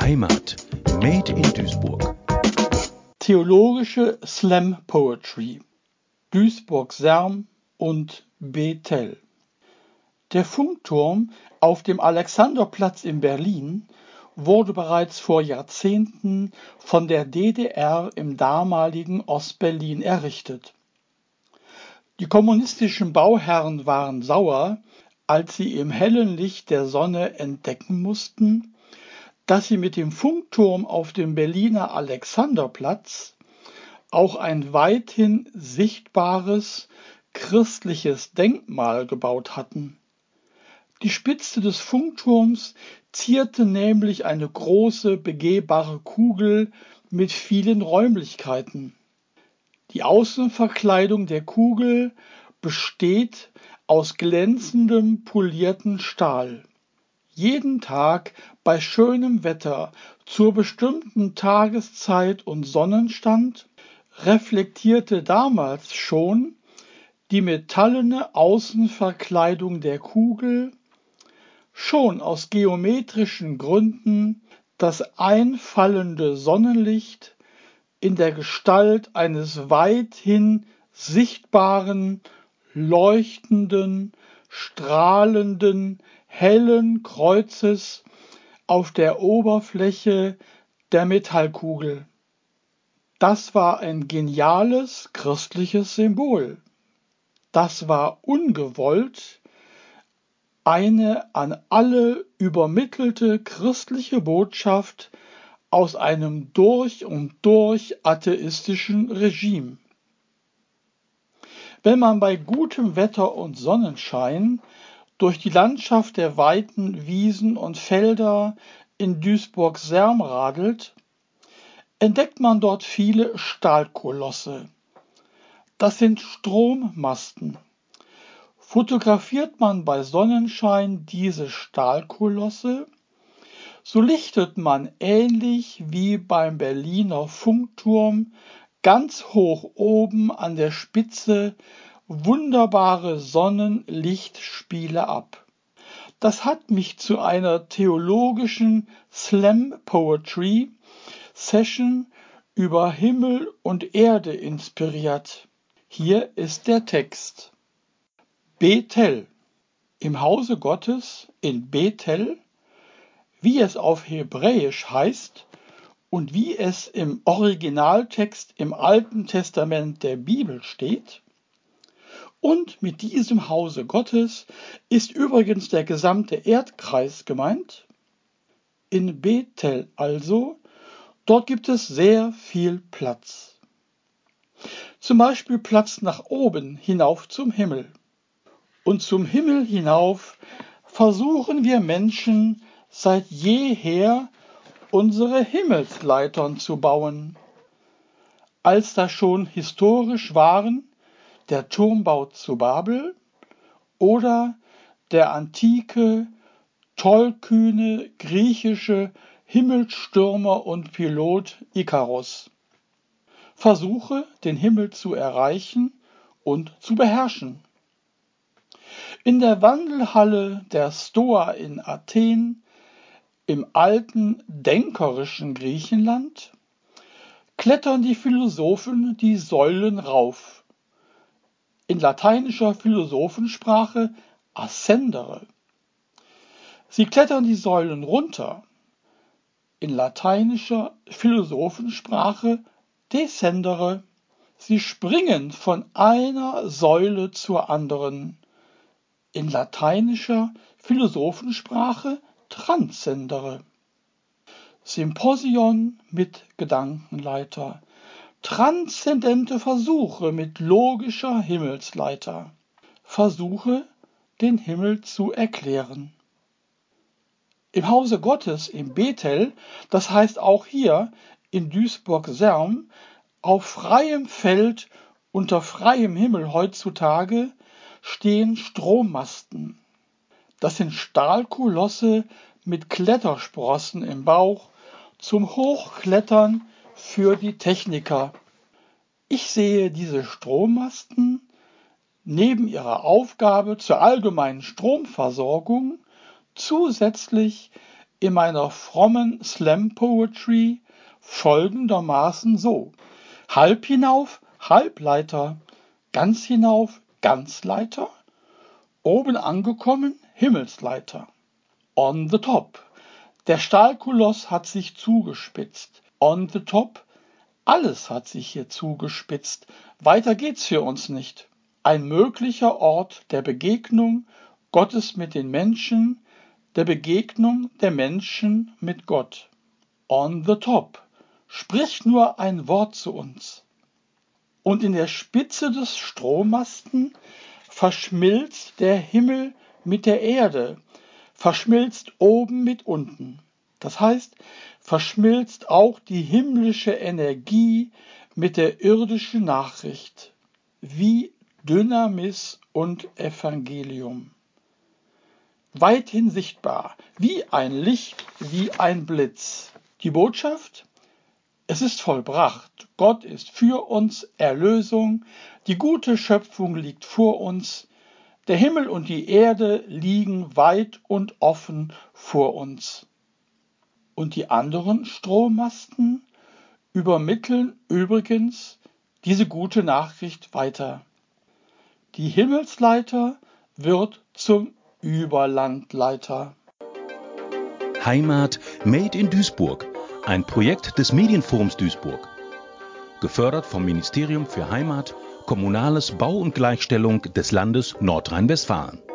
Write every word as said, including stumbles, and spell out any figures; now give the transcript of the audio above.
Heimat. Made in Duisburg. Theologische Slam Poetry. Duisburg-Serm und Bethel. Der Funkturm auf dem Alexanderplatz in Berlin wurde bereits vor Jahrzehnten von der D D R im damaligen Ostberlin errichtet. Die kommunistischen Bauherren waren sauer, als sie im hellen Licht der Sonne entdecken mussten, dass sie mit dem Funkturm auf dem Berliner Alexanderplatz auch ein weithin sichtbares christliches Denkmal gebaut hatten. Die Spitze des Funkturms zierte nämlich eine große begehbare Kugel mit vielen Räumlichkeiten. Die Außenverkleidung der Kugel besteht aus glänzendem polierten Stahl. Jeden Tag bei schönem Wetter zur bestimmten Tageszeit und Sonnenstand reflektierte damals schon die metallene Außenverkleidung der Kugel schon aus geometrischen Gründen das einfallende Sonnenlicht in der Gestalt eines weithin sichtbaren, leuchtenden, strahlenden, hellen Kreuzes auf der Oberfläche der Metallkugel. Das war ein geniales christliches Symbol. Das war ungewollt eine an alle übermittelte christliche Botschaft aus einem durch und durch atheistischen Regime. Wenn man bei gutem Wetter und Sonnenschein durch die Landschaft der weiten Wiesen und Felder in Duisburg-Serm radelt, entdeckt man dort viele Stahlkolosse. Das sind Strommasten. Fotografiert man bei Sonnenschein diese Stahlkolosse, so lichtet man ähnlich wie beim Berliner Funkturm ganz hoch oben an der Spitze wunderbare Sonnenlichtspiele ab. Das hat mich zu einer theologischen Slam Poetry Session über Himmel und Erde inspiriert. Hier ist der Text. Bethel. Im Hause Gottes in Bethel, wie es auf Hebräisch heißt und wie es im Originaltext im Alten Testament der Bibel steht. Und mit diesem Hause Gottes ist übrigens der gesamte Erdkreis gemeint. In Bethel also, dort gibt es sehr viel Platz. Zum Beispiel Platz nach oben hinauf zum Himmel. Und zum Himmel hinauf versuchen wir Menschen seit jeher unsere Himmelsleitern zu bauen. Als das schon historisch waren, der Turmbau zu Babel oder der antike, tollkühne griechische Himmelsstürmer und Pilot Ikaros. Versuche, den Himmel zu erreichen und zu beherrschen. In der Wandelhalle der Stoa in Athen, im alten denkerischen Griechenland, klettern die Philosophen die Säulen rauf. In lateinischer Philosophensprache ascendere. Sie klettern die Säulen runter. In lateinischer Philosophensprache descendere. Sie springen von einer Säule zur anderen. In lateinischer Philosophensprache transzendere. Symposion mit Gedankenleiter. Transzendente Versuche mit logischer Himmelsleiter. Versuche, den Himmel zu erklären. Im Hause Gottes in Bethel, das heißt auch hier in Duisburg-Serm, auf freiem Feld unter freiem Himmel heutzutage, stehen Strommasten. Das sind Stahlkolosse mit Klettersprossen im Bauch zum Hochklettern für die Techniker. Ich sehe diese Strommasten neben ihrer Aufgabe zur allgemeinen Stromversorgung zusätzlich in meiner frommen Slam Poetry folgendermaßen so: Halb hinauf, Halbleiter, ganz hinauf, Ganzleiter, oben angekommen, Himmelsleiter. On the top, der Stahlkoloss hat sich zugespitzt. On the top, alles hat sich hier zugespitzt. Weiter geht's für uns nicht. Ein möglicher Ort der Begegnung Gottes mit den Menschen, der Begegnung der Menschen mit Gott. On the top, sprich nur ein Wort zu uns. Und in der Spitze des Strommasten verschmilzt der Himmel mit der Erde, verschmilzt oben mit unten. Das heißt, verschmilzt auch die himmlische Energie mit der irdischen Nachricht, wie Dynamis und Evangelium. Weithin sichtbar, wie ein Licht, wie ein Blitz. Die Botschaft? Es ist vollbracht. Gott ist für uns, Erlösung. Die gute Schöpfung liegt vor uns. Der Himmel und die Erde liegen weit und offen vor uns. Und die anderen Strommasten übermitteln übrigens diese gute Nachricht weiter. Die Himmelsleiter wird zum Überlandleiter. Heimat Made in Duisburg, ein Projekt des Medienforums Duisburg. Gefördert vom Ministerium für Heimat, Kommunales, Bau und Gleichstellung des Landes Nordrhein-Westfalen.